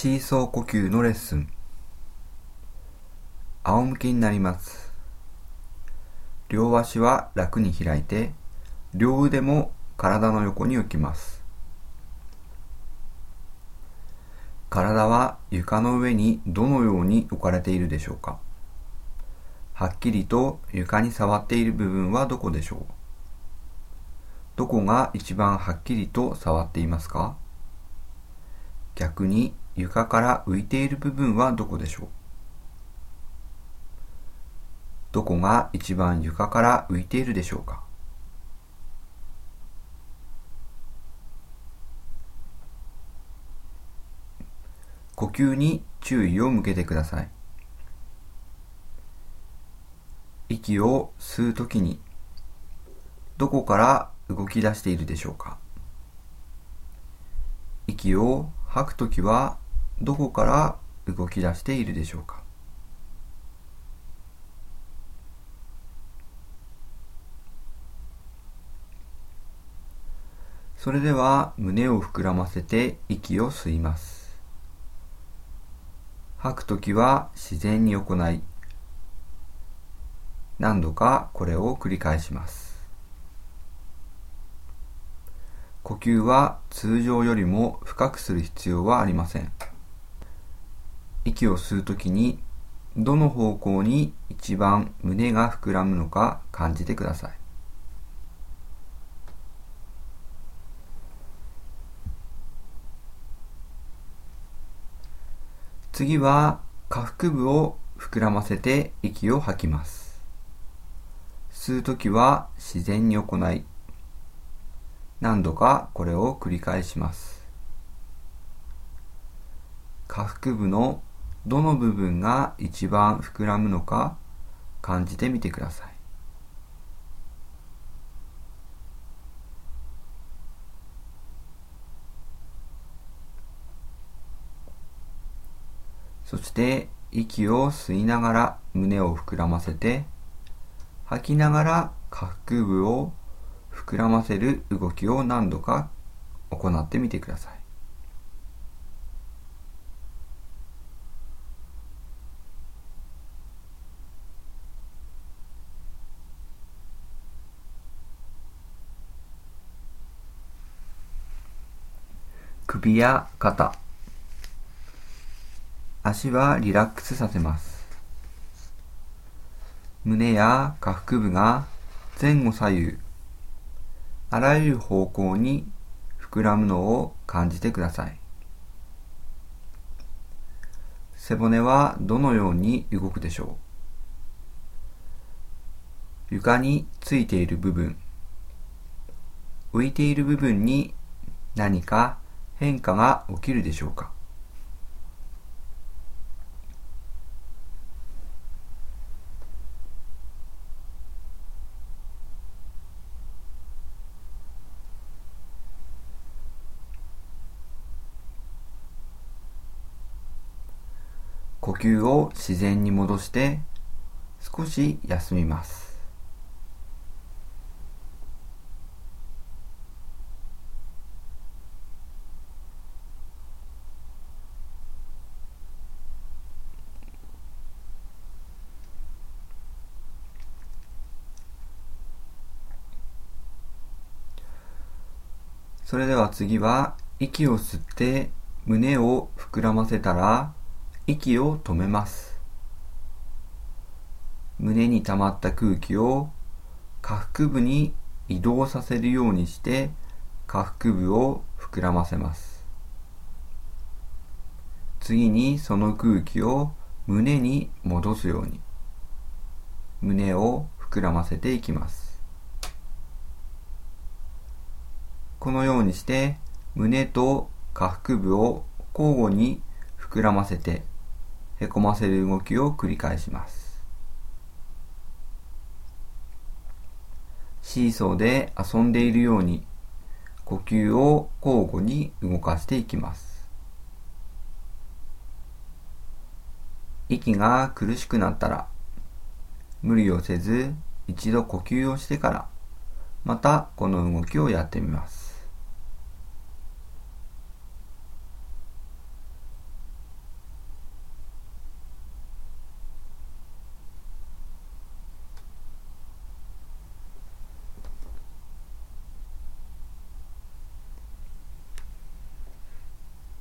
シーソー呼吸のレッスン。仰向けになります。両足は楽に開いて、両腕も体の横に置きます。体は床の上にどのように置かれているでしょうか。はっきりと床に触っている部分はどこでしょう。どこが一番はっきりと触っていますか。逆に床から浮いている部分はどこでしょう。どこが一番床から浮いているでしょうか。呼吸に注意を向けてください。息を吸うときにどこから動き出しているでしょうか。息を吐くときはどこから動き出しているでしょうか。それでは胸を膨らませて息を吸います。吐くときは自然に行い、何度かこれを繰り返します。呼吸は通常よりも深くする必要はありません。息を吸うときにどの方向に一番胸が膨らむのか感じてください。次は下腹部を膨らませて息を吐きます。吸うときは自然に行い、何度かこれを繰り返します。下腹部のどの部分が一番膨らむのか感じてみてください。そして息を吸いながら胸を膨らませて、吐きながら下腹部を膨らませる動きを何度か行ってみてください。首や肩、足はリラックスさせます。胸や下腹部が前後左右、あらゆる方向に膨らむのを感じてください。背骨はどのように動くでしょう。床についている部分、浮いている部分に何か変化が起きるでしょうか。呼吸を自然に戻して少し休みます。それでは次は息を吸って胸を膨らませたら息を止めます。胸に溜まった空気を下腹部に移動させるようにして下腹部を膨らませます。次にその空気を胸に戻すように胸を膨らませていきます。このようにして胸と下腹部を交互に膨らませてへこませる動きを繰り返します。シーソーで遊んでいるように呼吸を交互に動かしていきます。息が苦しくなったら無理をせず一度呼吸をしてからまたこの動きをやってみます。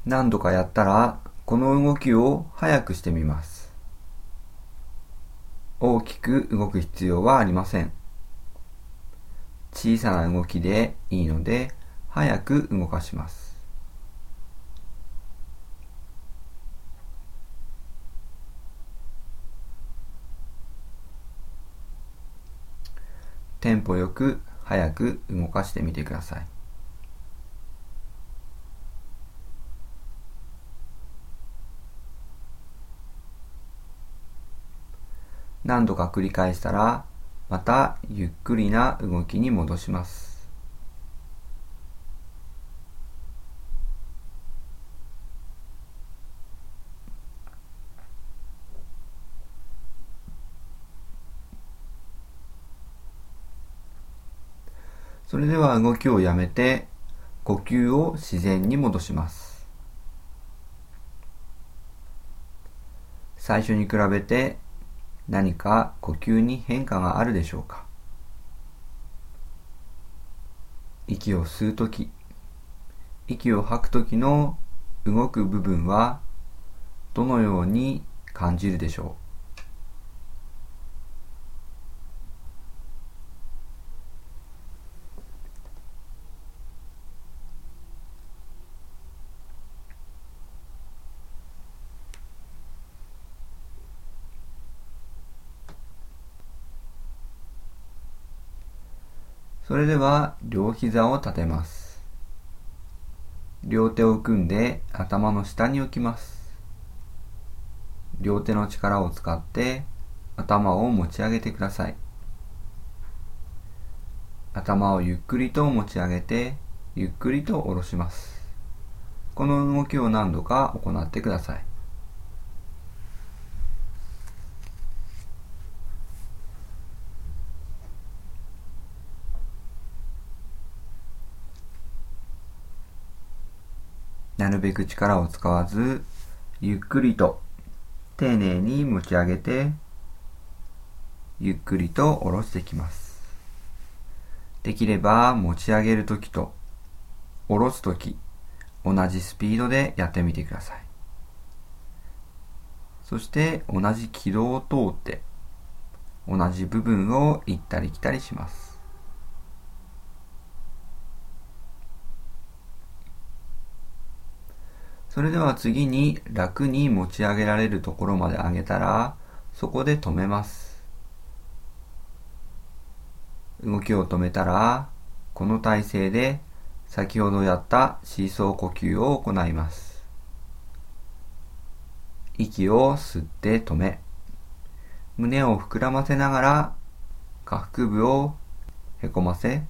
何度かやったら、この動きを早くしてみます。大きく動く必要はありません。小さな動きでいいので、早く動かします。テンポよく早く動かしてみてください。何度か繰り返したら、またゆっくりな動きに戻します。それでは動きをやめて、呼吸を自然に戻します。最初に比べて何か呼吸に変化があるでしょうか。息を吸うとき、息を吐くときの動く部分はどのように感じるでしょう。それでは両膝を立てます。両手を組んで頭の下に置きます。両手の力を使って頭を持ち上げてください。頭をゆっくりと持ち上げて、ゆっくりと下ろします。この動きを何度か行ってください。なるべく力を使わず、ゆっくりと丁寧に持ち上げて、ゆっくりと下ろしていきます。できれば持ち上げるときと下ろすとき、同じスピードでやってみてください。そして同じ軌道を通って同じ部分を行ったり来たりします。それでは次に楽に持ち上げられるところまで上げたら、そこで止めます。動きを止めたら、この体勢で先ほどやったシーソー呼吸を行います。息を吸って止め、胸を膨らませながら下腹部をへこませ、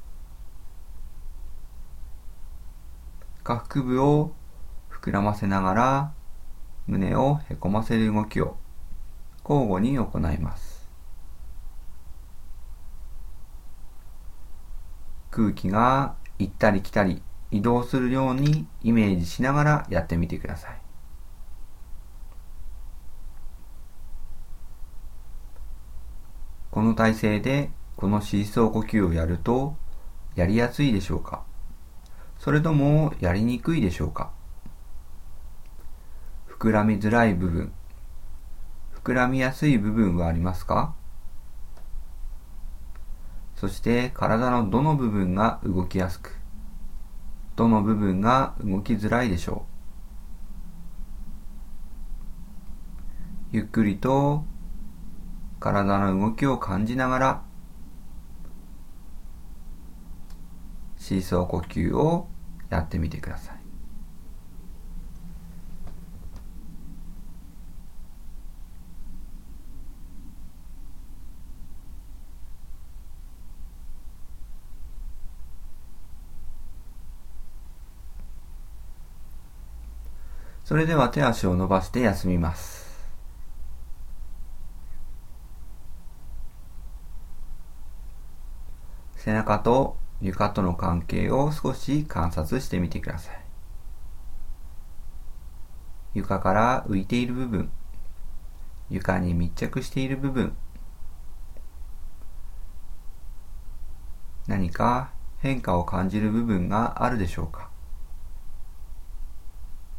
下腹部を膨らませながら胸をへこませる動きを交互に行います。空気が行ったり来たり移動するようにイメージしながらやってみてください。この体勢でこのシーソー呼吸をやるとやりやすいでしょうか？それともやりにくいでしょうか？膨らみづらい部分、膨らみやすい部分はありますか？そして体のどの部分が動きやすく、どの部分が動きづらいでしょう。ゆっくりと体の動きを感じながらシーソー呼吸をやってみてください。それでは手足を伸ばして休みます。背中と床との関係を少し観察してみてください。床から浮いている部分、床に密着している部分、何か変化を感じる部分があるでしょうか？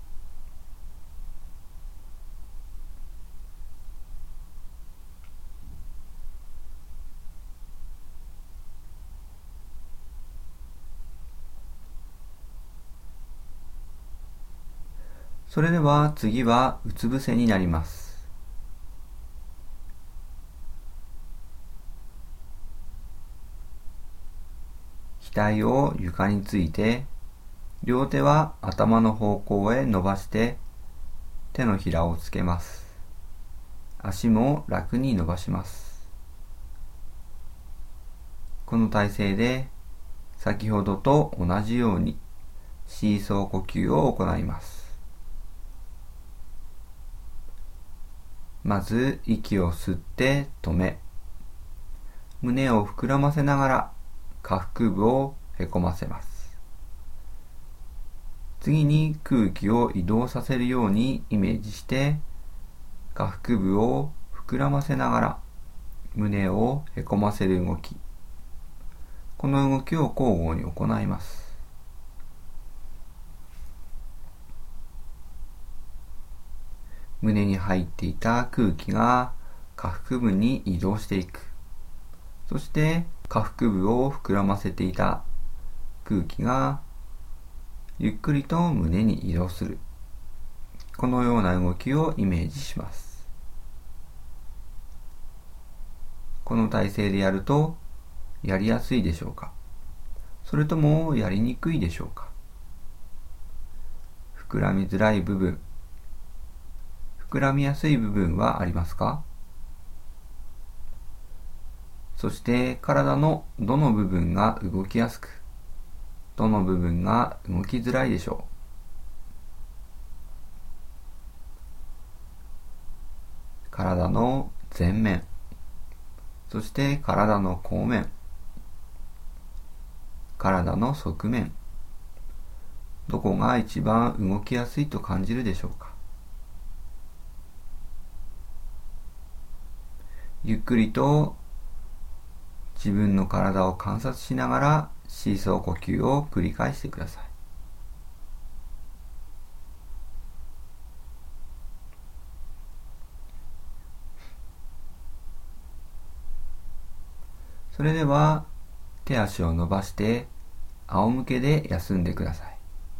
それでは次はうつ伏せになります。額を床について、両手は頭の方向へ伸ばして手のひらをつけます。足も楽に伸ばします。この体勢で先ほどと同じようにシーソー呼吸を行います。まず息を吸って止め、胸を膨らませながら下腹部をへこませます。次に空気を移動させるようにイメージして下腹部を膨らませながら胸をへこませる動き、この動きを交互に行います。胸に入っていた空気が下腹部に移動していく。そして下腹部を膨らませていた空気がゆっくりと胸に移動する。このような動きをイメージします。この体勢でやるとやりやすいでしょうか？それともやりにくいでしょうか？膨らみづらい部分、膨らみやすい部分はありますか？そして体のどの部分が動きやすく、どの部分が動きづらいでしょう？体の前面、そして体の後面、体の側面、どこが一番動きやすいと感じるでしょうか？ゆっくりと自分の体を観察しながらシーソー呼吸を繰り返してください。それでは手足を伸ばして仰向けで休んでください。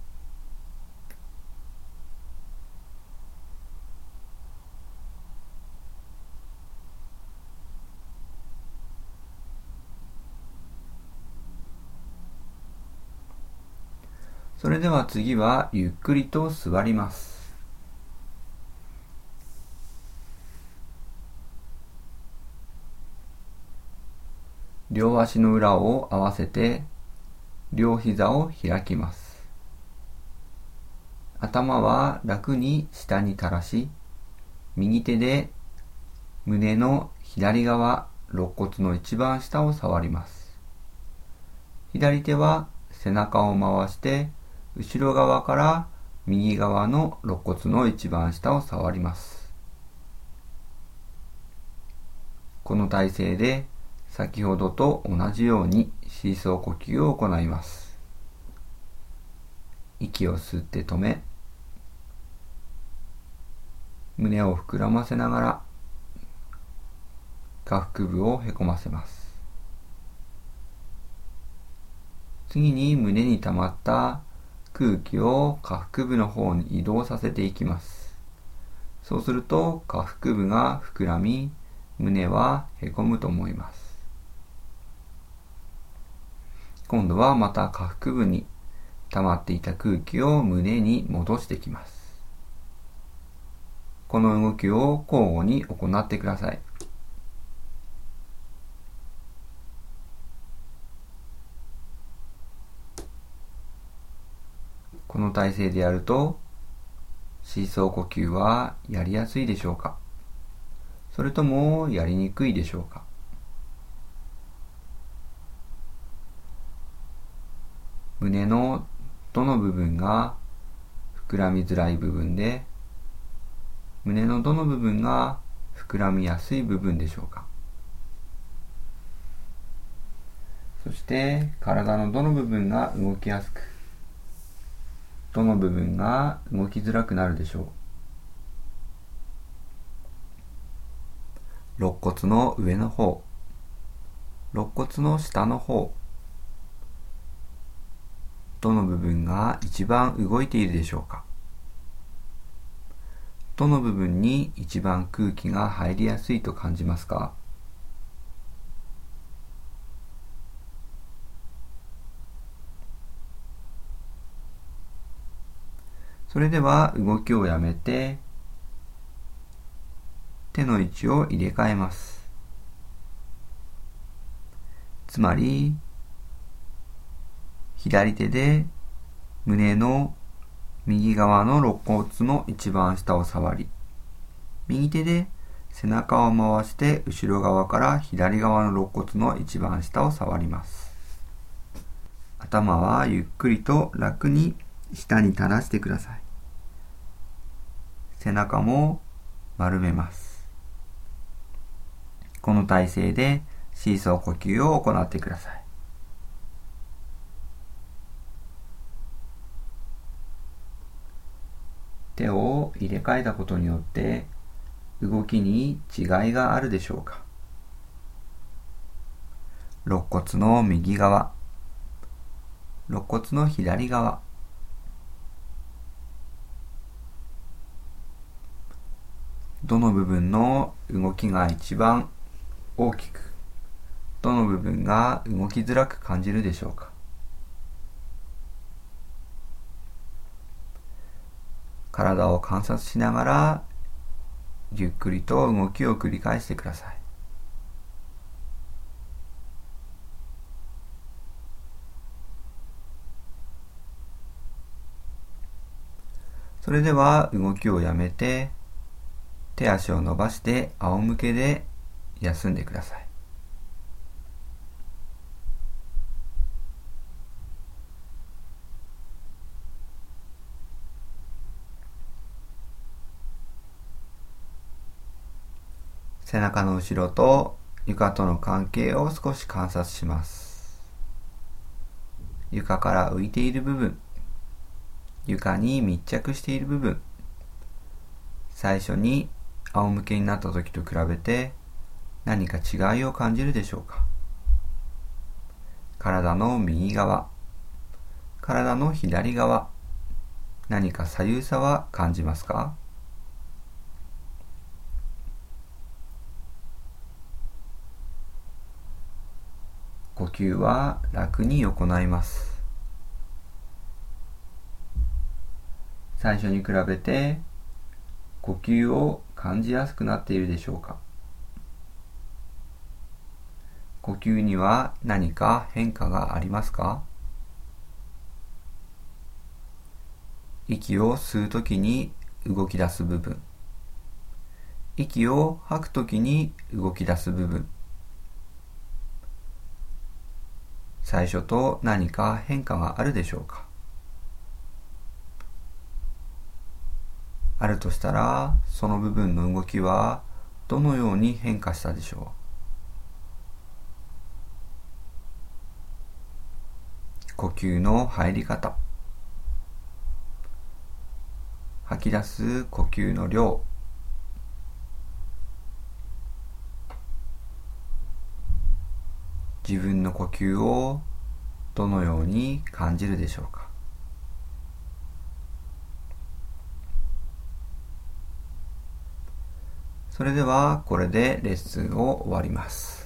それでは次はゆっくりと座ります。両足の裏を合わせて両膝を開きます。頭は楽に下に垂らし、右手で胸の左側、肋骨の一番下を触ります。左手は背中を回して後ろ側から右側の肋骨の一番下を触ります。この体勢で先ほどと同じようにシーソー呼吸を行います。息を吸って止め、胸を膨らませながら下腹部をへこませます。次に胸に溜まった空気を下腹部の方に移動させていきます。そうすると下腹部が膨らみ、胸はへこむと思います。今度はまた下腹部に溜まっていた空気を胸に戻していきます。この動きを交互に行ってください。この体勢でやるとシーソー呼吸はやりやすいでしょうか？それともやりにくいでしょうか？胸のどの部分が膨らみづらい部分で、胸のどの部分が膨らみやすい部分でしょうか？そして体のどの部分が動きやすく、どの部分が動きづらくなるでしょう？肋骨の上の方、肋骨の下の方、どの部分が一番動いているでしょうか？ どの部分に一番空気が入りやすいと感じますか？それでは動きをやめて、手の位置を入れ替えます。つまり、左手で胸の右側の肋骨の一番下を触り、右手で背中を回して後ろ側から左側の肋骨の一番下を触ります。頭はゆっくりと楽に下に垂らしてください。背中も丸めます。この体勢でシーソー呼吸を行ってください。手を入れ替えたことによって動きに違いがあるでしょうか？肋骨の右側、肋骨の左側、どの部分の動きが一番大きく、どの部分が動きづらく感じるでしょうか？体を観察しながらゆっくりと動きを繰り返してください。それでは動きをやめて、手足を伸ばして仰向けで休んでください。背中の後ろと床との関係を少し観察します。床から浮いている部分、床に密着している部分、最初に仰向けになった時と比べて何か違いを感じるでしょうか？体の右側、体の左側、何か左右差は感じますか？呼吸は楽に行います。最初に比べて呼吸を感じやすくなっているでしょうか？呼吸には何か変化がありますか？息を吸うときに動き出す部分、息を吐くときに動き出す部分、最初と何か変化があるでしょうか？あるとしたら、その部分の動きはどのように変化したでしょう？呼吸の入り方、吐き出す呼吸の量、自分の呼吸をどのように感じるでしょうか？それではこれでレッスンを終わります。